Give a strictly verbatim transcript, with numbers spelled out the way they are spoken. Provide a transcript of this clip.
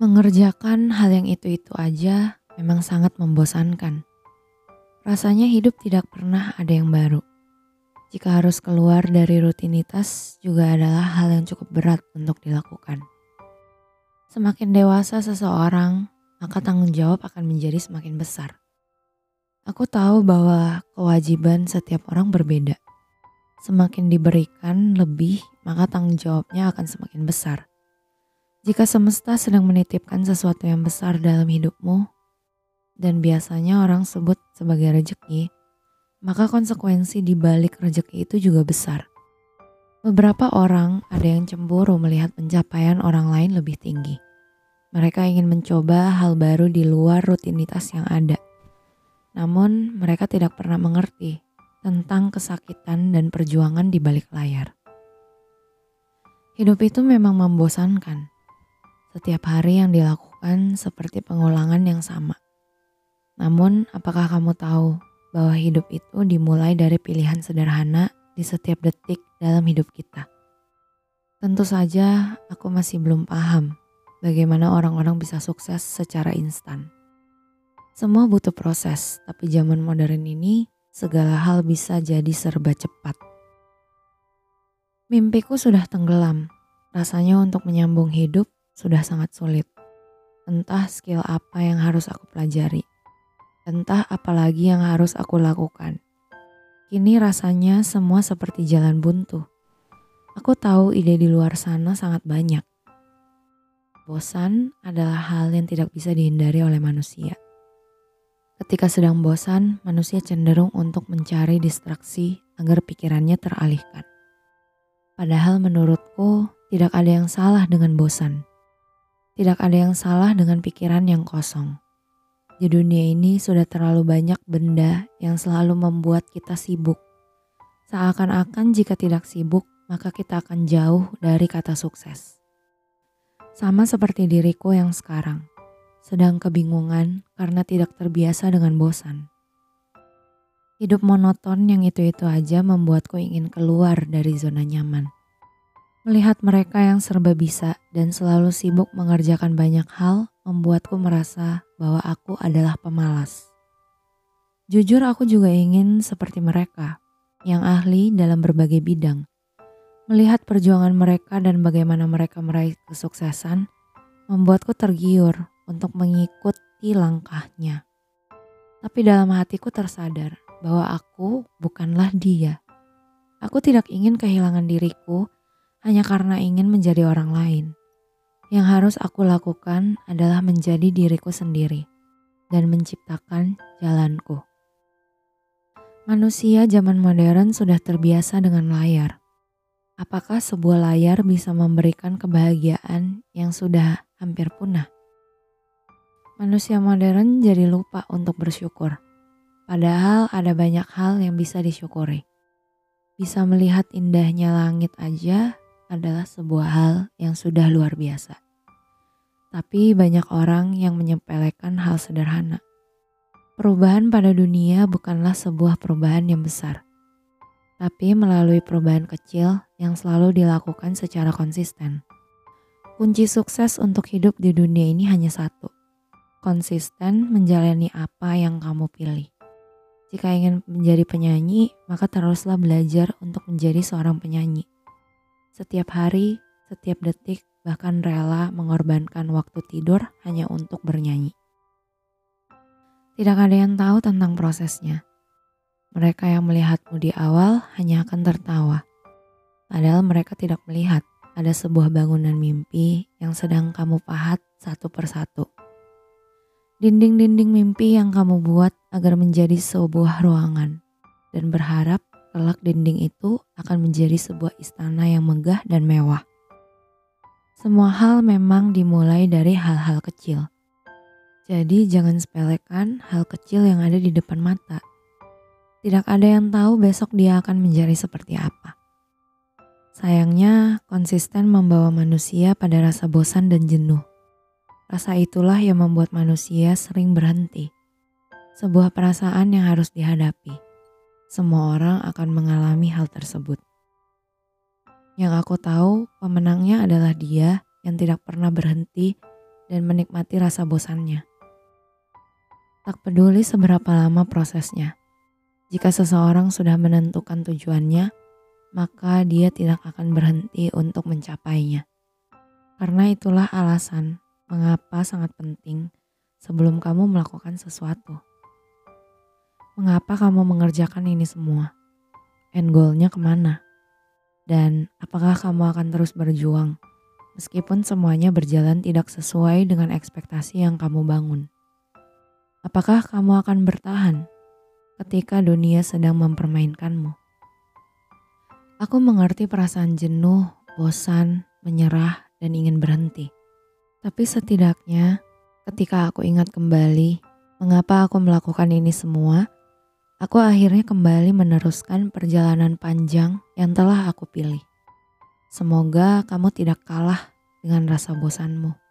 Mengerjakan hal yang itu-itu aja memang sangat membosankan. Rasanya hidup tidak pernah ada yang baru. Jika harus keluar dari rutinitas juga adalah hal yang cukup berat untuk dilakukan. Semakin dewasa seseorang, maka tanggung jawab akan menjadi semakin besar. Aku tahu bahwa kewajiban setiap orang berbeda. Semakin diberikan lebih, maka tanggung jawabnya akan semakin besar. Jika semesta sedang menitipkan sesuatu yang besar dalam hidupmu, dan biasanya orang sebut sebagai rezeki, maka konsekuensi di balik rezeki itu juga besar. Beberapa orang ada yang cemburu melihat pencapaian orang lain lebih tinggi. Mereka ingin mencoba hal baru di luar rutinitas yang ada. Namun mereka tidak pernah mengerti tentang kesakitan dan perjuangan di balik layar. Hidup itu memang membosankan. Setiap hari yang dilakukan seperti pengulangan yang sama. Namun, apakah kamu tahu bahwa hidup itu dimulai dari pilihan sederhana di setiap detik dalam hidup kita? Tentu saja, aku masih belum paham bagaimana orang-orang bisa sukses secara instan. Semua butuh proses, tapi zaman modern ini segala hal bisa jadi serba cepat. Mimpiku sudah tenggelam. Rasanya untuk menyambung hidup sudah sangat sulit. Entah skill apa yang harus aku pelajari. Entah apa lagi yang harus aku lakukan. Kini rasanya semua seperti jalan buntu. Aku tahu ide di luar sana sangat banyak. Bosan adalah hal yang tidak bisa dihindari oleh manusia. Ketika sedang bosan, manusia cenderung untuk mencari distraksi agar pikirannya teralihkan. Padahal menurutku tidak ada yang salah dengan bosan. Tidak ada yang salah dengan pikiran yang kosong. Di dunia ini sudah terlalu banyak benda yang selalu membuat kita sibuk. Seakan-akan jika tidak sibuk, maka kita akan jauh dari kata sukses. Sama seperti diriku yang sekarang, sedang kebingungan karena tidak terbiasa dengan bosan. Hidup monoton yang itu-itu aja membuatku ingin keluar dari zona nyaman. Melihat mereka yang serba bisa dan selalu sibuk mengerjakan banyak hal membuatku merasa bahwa aku adalah pemalas. Jujur aku juga ingin seperti mereka yang ahli dalam berbagai bidang. Melihat perjuangan mereka dan bagaimana mereka meraih kesuksesan membuatku tergiur untuk mengikuti langkahnya. Tapi dalam hatiku tersadar bahwa aku bukanlah dia. Aku tidak ingin kehilangan diriku hanya karena ingin menjadi orang lain. Yang harus aku lakukan adalah menjadi diriku sendiri dan menciptakan jalanku. Manusia zaman modern sudah terbiasa dengan layar. Apakah sebuah layar bisa memberikan kebahagiaan yang sudah hampir punah? Manusia modern jadi lupa untuk bersyukur. Padahal ada banyak hal yang bisa disyukuri. Bisa melihat indahnya langit aja adalah sebuah hal yang sudah luar biasa. Tapi banyak orang yang menyepelekan hal sederhana. Perubahan pada dunia bukanlah sebuah perubahan yang besar. Tapi melalui perubahan kecil yang selalu dilakukan secara konsisten. Kunci sukses untuk hidup di dunia ini hanya satu. Konsisten menjalani apa yang kamu pilih. Jika ingin menjadi penyanyi, maka teruslah belajar untuk menjadi seorang penyanyi. Setiap hari, setiap detik, bahkan rela mengorbankan waktu tidur hanya untuk bernyanyi. Tidak ada yang tahu tentang prosesnya. Mereka yang melihatmu di awal hanya akan tertawa. Padahal mereka tidak melihat ada sebuah bangunan mimpi yang sedang kamu pahat satu persatu. Dinding-dinding mimpi yang kamu buat agar menjadi sebuah ruangan. Dan berharap kelak dinding itu akan menjadi sebuah istana yang megah dan mewah. Semua hal memang dimulai dari hal-hal kecil. Jadi jangan sepelekan hal kecil yang ada di depan mata. Tidak ada yang tahu besok dia akan menjadi seperti apa. Sayangnya konsisten membawa manusia pada rasa bosan dan jenuh. Rasa itulah yang membuat manusia sering berhenti. Sebuah perasaan yang harus dihadapi. Semua orang akan mengalami hal tersebut. Yang aku tahu, pemenangnya adalah dia yang tidak pernah berhenti dan menikmati rasa bosannya. Tak peduli seberapa lama prosesnya, jika seseorang sudah menentukan tujuannya, maka dia tidak akan berhenti untuk mencapainya. Karena itulah alasan mengapa sangat penting sebelum kamu melakukan sesuatu. Mengapa kamu mengerjakan ini semua? End goal-nya kemana? Dan apakah kamu akan terus berjuang meskipun semuanya berjalan tidak sesuai dengan ekspektasi yang kamu bangun? Apakah kamu akan bertahan ketika dunia sedang mempermainkanmu? Aku mengerti perasaan jenuh, bosan, menyerah, dan ingin berhenti. Tapi setidaknya ketika aku ingat kembali mengapa aku melakukan ini semua, aku akhirnya kembali meneruskan perjalanan panjang yang telah aku pilih. Semoga kamu tidak kalah dengan rasa bosanmu.